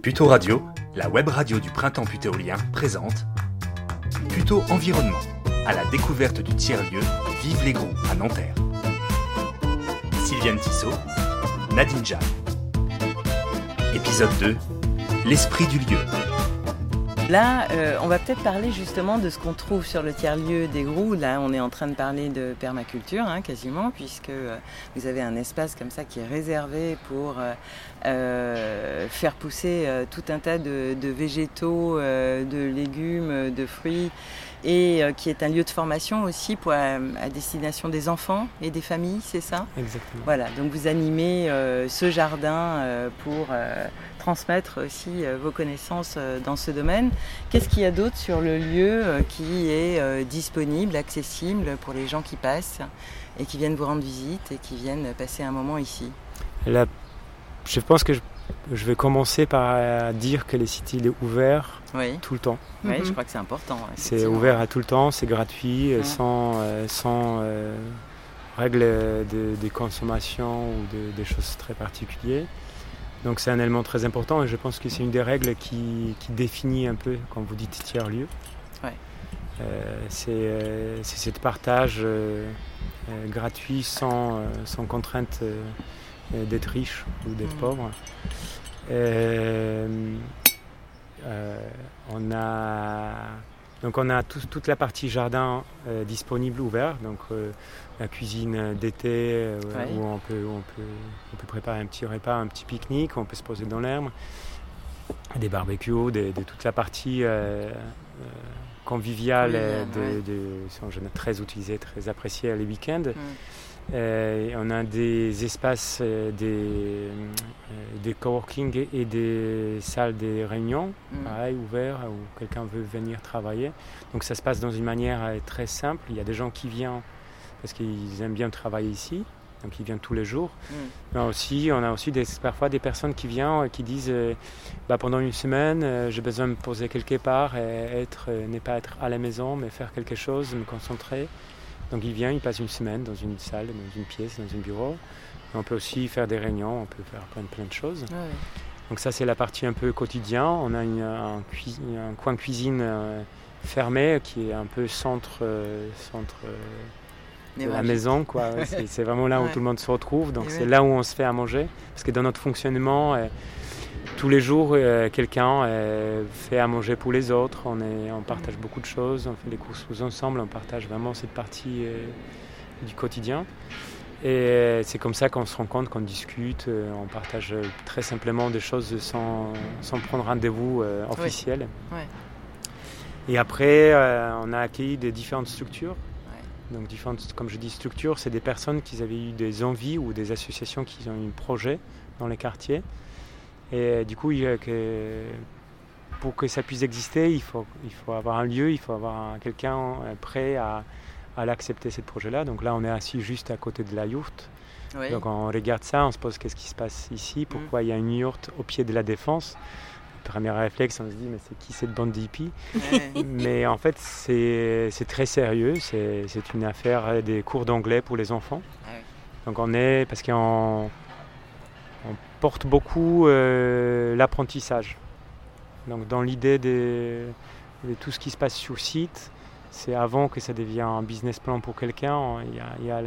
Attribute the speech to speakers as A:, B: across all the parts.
A: Puteaux Radio, la web radio du printemps putéolien, présente Puteaux Environnement, à la découverte du tiers-lieu Vive les Groux à Nanterre. Sylviane Tissot, Nadine Jam. Épisode 2, l'esprit du lieu.
B: Là, on va peut-être parler justement de ce qu'on trouve sur le tiers-lieu des Groux. Là, on est en train de parler de permaculture, quasiment, puisque vous avez un espace comme ça qui est réservé pour faire pousser tout un tas de végétaux, de légumes, de fruits, et qui est un lieu de formation aussi à destination des enfants et des familles, c'est ça ?
C: Exactement. Voilà,
B: donc vous animez ce jardin pour transmettre aussi vos connaissances dans ce domaine. Qu'est-ce qu'il y a d'autre sur le lieu qui est disponible, accessible pour les gens qui passent et qui viennent vous rendre visite et qui viennent passer un moment ici ?
C: Là, je pense que je vais commencer par dire que le site il est ouvert tout le temps.
B: Oui, je crois que c'est important.
C: C'est ouvert à tout le temps, c'est gratuit, sans règles de consommation ou des choses très particulières. Donc c'est un élément très important et je pense que c'est une des règles qui définit un peu, quand vous dites tiers-lieu.
B: Ouais.
C: C'est ce partage gratuit sans contrainte d'être riche ou d'être pauvre. On a toute la partie jardin disponible, ouverte, donc la cuisine d'été où on peut préparer un petit repas, un petit pique-nique, on peut se poser dans l'herbe, des barbecues, toute la partie conviviale, sont très utilisée, très appréciée les week-ends. On a des espaces, des coworking et des salles de réunion, pareil, ouverts, où quelqu'un veut venir travailler. Donc ça se passe dans une manière très simple. Il y a des gens qui viennent parce qu'ils aiment bien travailler ici, donc ils viennent tous les jours. Mais aussi, on a aussi parfois des personnes qui viennent et qui disent pendant une semaine, j'ai besoin de me poser quelque part et ne pas être à la maison, mais faire quelque chose, me concentrer. Donc il vient, il passe une semaine dans une salle, dans une pièce, dans un bureau. Et on peut aussi faire des réunions, on peut faire plein de choses. Ouais. Donc ça c'est la partie un peu quotidien. On a un coin cuisine fermé qui est un peu centre de la maison, quoi. C'est vraiment là où tout le monde se retrouve. Donc c'est là où on se fait à manger. Parce que dans notre fonctionnement, tous les jours, quelqu'un fait à manger pour les autres. On partage beaucoup de choses, on fait les courses tous ensemble, on partage vraiment cette partie du quotidien. Et c'est comme ça qu'on se rend compte, qu'on discute, on partage très simplement des choses sans prendre rendez-vous officiel. Ouais. Et après, on a accueilli des différentes structures. Donc différentes, comme je dis, structures, c'est des personnes qui avaient eu des envies ou des associations qui ont eu un projet dans les quartiers. Et du coup, pour que ça puisse exister, il faut avoir un lieu, il faut avoir quelqu'un prêt à l'accepter, ce projet-là. Donc là, on est assis juste à côté de la yourte. Oui. Donc on regarde ça, on se pose qu'est-ce qui se passe ici, pourquoi il y a une yourte au pied de la Défense. Premier réflexe, on se dit, mais c'est qui cette bande d'hippies ? Mais en fait, c'est très sérieux, c'est une affaire des cours d'anglais pour les enfants. Donc parce qu'on porte beaucoup l'apprentissage. Donc dans l'idée de tout ce qui se passe sur site, c'est avant que ça devienne un business plan pour quelqu'un, il y a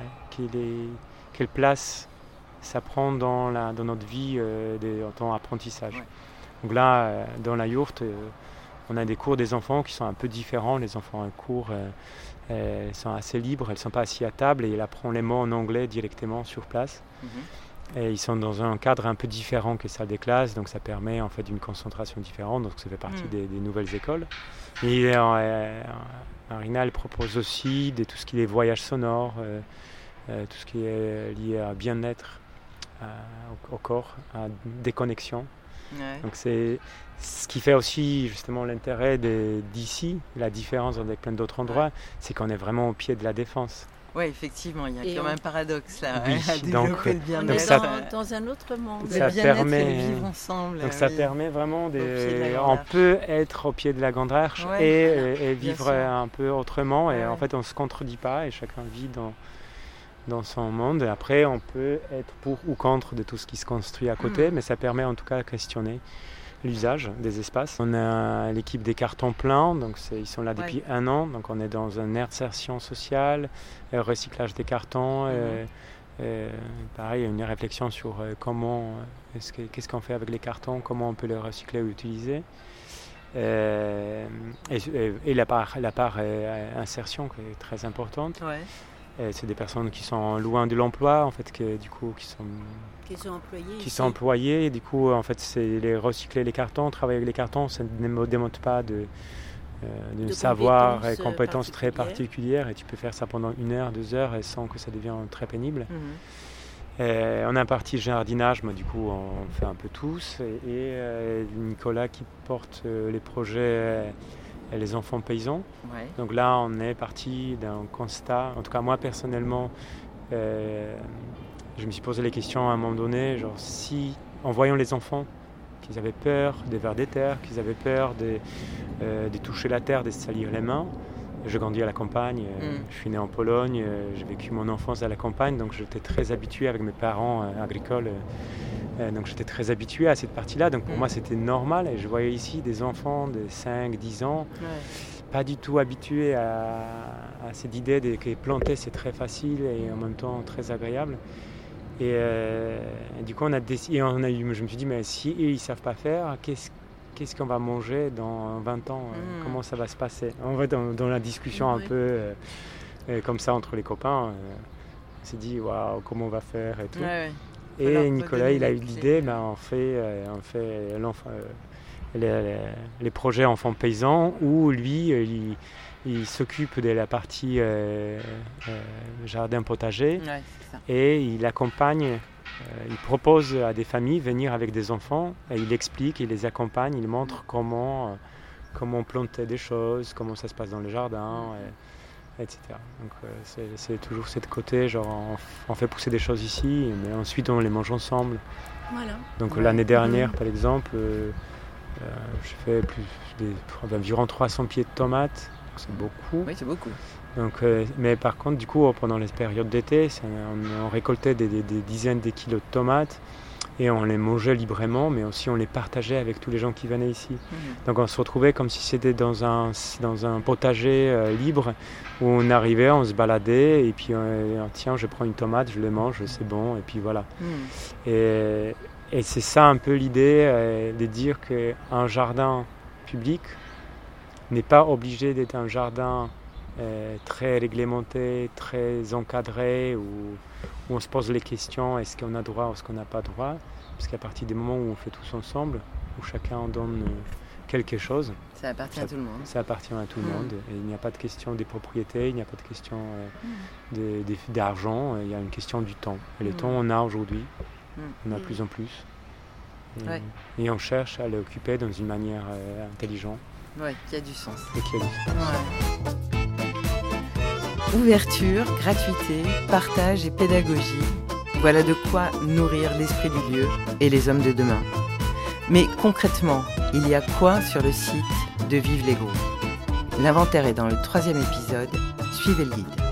C: quelle place ça prend dans notre vie en tant qu'apprentissage. Ouais. Donc là, dans la yourte, on a des cours des enfants qui sont un peu différents. Les enfants en cours sont assez libres, elles ne sont pas assis à table et ils apprennent les mots en anglais directement sur place. Et ils sont dans un cadre un peu différent que salle des classes, donc ça permet en fait une concentration différente, donc ça fait partie des nouvelles écoles. Et Marina, elle propose aussi tout ce qui est voyage sonore, tout ce qui est lié à bien-être, au corps, à déconnexion. Ouais. Donc c'est ce qui fait aussi justement l'intérêt d'ici, la différence avec plein d'autres endroits, c'est qu'on est vraiment au pied de la Défense.
B: Oui, effectivement, il y a quand même un paradoxe là.
C: Oui,
B: à développer le bien-être.
D: Dans un autre monde.
B: Le bien-être et le vivre ensemble.
C: Donc ça permet vraiment on peut être au pied de la Grande Arche et vivre un peu autrement. Et en fait, on ne se contredit pas et chacun vit dans son monde. Et après, on peut être pour ou contre de tout ce qui se construit à côté, mais ça permet en tout cas de questionner l'usage des espaces. On a l'équipe des cartons pleins, donc ils sont là depuis 1 an, donc on est dans une insertion sociale, recyclage des cartons, pareil, une réflexion sur qu'est-ce qu'on fait avec les cartons, comment on peut les recycler ou utiliser. Et la part insertion qui est très importante.
D: Ouais.
C: C'est des personnes qui sont loin de l'emploi, en fait, qui sont employées. Et du coup, en fait, c'est les recycler les cartons, travailler avec les cartons, ça ne demande pas de savoir et compétences très particulières. Et tu peux faire ça pendant 1 heure, 2 heures, et sans que ça devienne très pénible. On a un parti jardinage, mais du coup on fait un peu tous, et Nicolas qui porte les projets les enfants paysans. Donc là on est parti d'un constat, en tout cas moi personnellement je me suis posé les questions à un moment donné, genre si en voyant les enfants qu'ils avaient peur des vers des terres, qu'ils avaient peur de toucher la terre, de se salir les mains. Je grandis à la campagne, je suis né en Pologne, j'ai vécu mon enfance à la campagne, donc j'étais très habitué avec mes parents agricoles, donc j'étais très habitué à cette partie-là, donc pour moi c'était normal, et je voyais ici des enfants de 5-10 ans, pas du tout habitués à cette idée que planter c'est très facile et en même temps très agréable. Et du coup je me suis dit, mais si eux, ils ne savent pas faire, qu'est-ce qu'on va manger dans 20 ans, comment ça va se passer. On va dans la discussion un peu comme ça entre les copains, on s'est dit waouh, comment on va faire et tout. Et Nicolas il a eu l'idée, on fait les projets enfants paysans où lui il s'occupe de la partie jardin potager et il accompagne. Il propose à des familles de venir avec des enfants et il explique, il les accompagne, il montre comment planter des choses, comment ça se passe dans le jardin, etc. Donc c'est toujours ce côté, genre on fait pousser des choses ici, mais ensuite on les mange ensemble. Voilà. Donc l'année dernière par exemple, j'ai fait environ 300 pieds de tomates, c'est beaucoup.
B: Oui, c'est beaucoup.
C: Donc, mais par contre, du coup, pendant les périodes d'été, on récoltait des dizaines de kilos de tomates et on les mangeait librement, mais aussi on les partageait avec tous les gens qui venaient ici. Donc on se retrouvait comme si c'était dans un potager libre où on arrivait, on se baladait et puis tiens, je prends une tomate, je les mange, c'est bon, et puis voilà. Et c'est ça un peu l'idée de dire qu'un jardin public n'est pas obligé d'être un jardin très réglementé, très encadré, où on se pose les questions, est-ce qu'on a droit ou est-ce qu'on n'a pas droit, parce qu'à partir du moment où on fait tous ensemble, où chacun donne quelque chose,
B: ça appartient à tout le monde.
C: Ça appartient à tout le monde, et il n'y a pas de question des propriétés, il n'y a pas de question d'argent, il y a une question du temps. Et le temps on a aujourd'hui, on a de plus en plus, et on cherche à l'occuper dans une manière intelligente.
B: Oui, qui a du sens.
C: Et qui a du sens.
B: Ouverture, gratuité, partage et pédagogie. Voilà de quoi nourrir l'esprit du lieu et les hommes de demain. Mais concrètement, il y a quoi sur le site de Vive les Groux ? L'inventaire est dans le 3e épisode. Suivez le guide.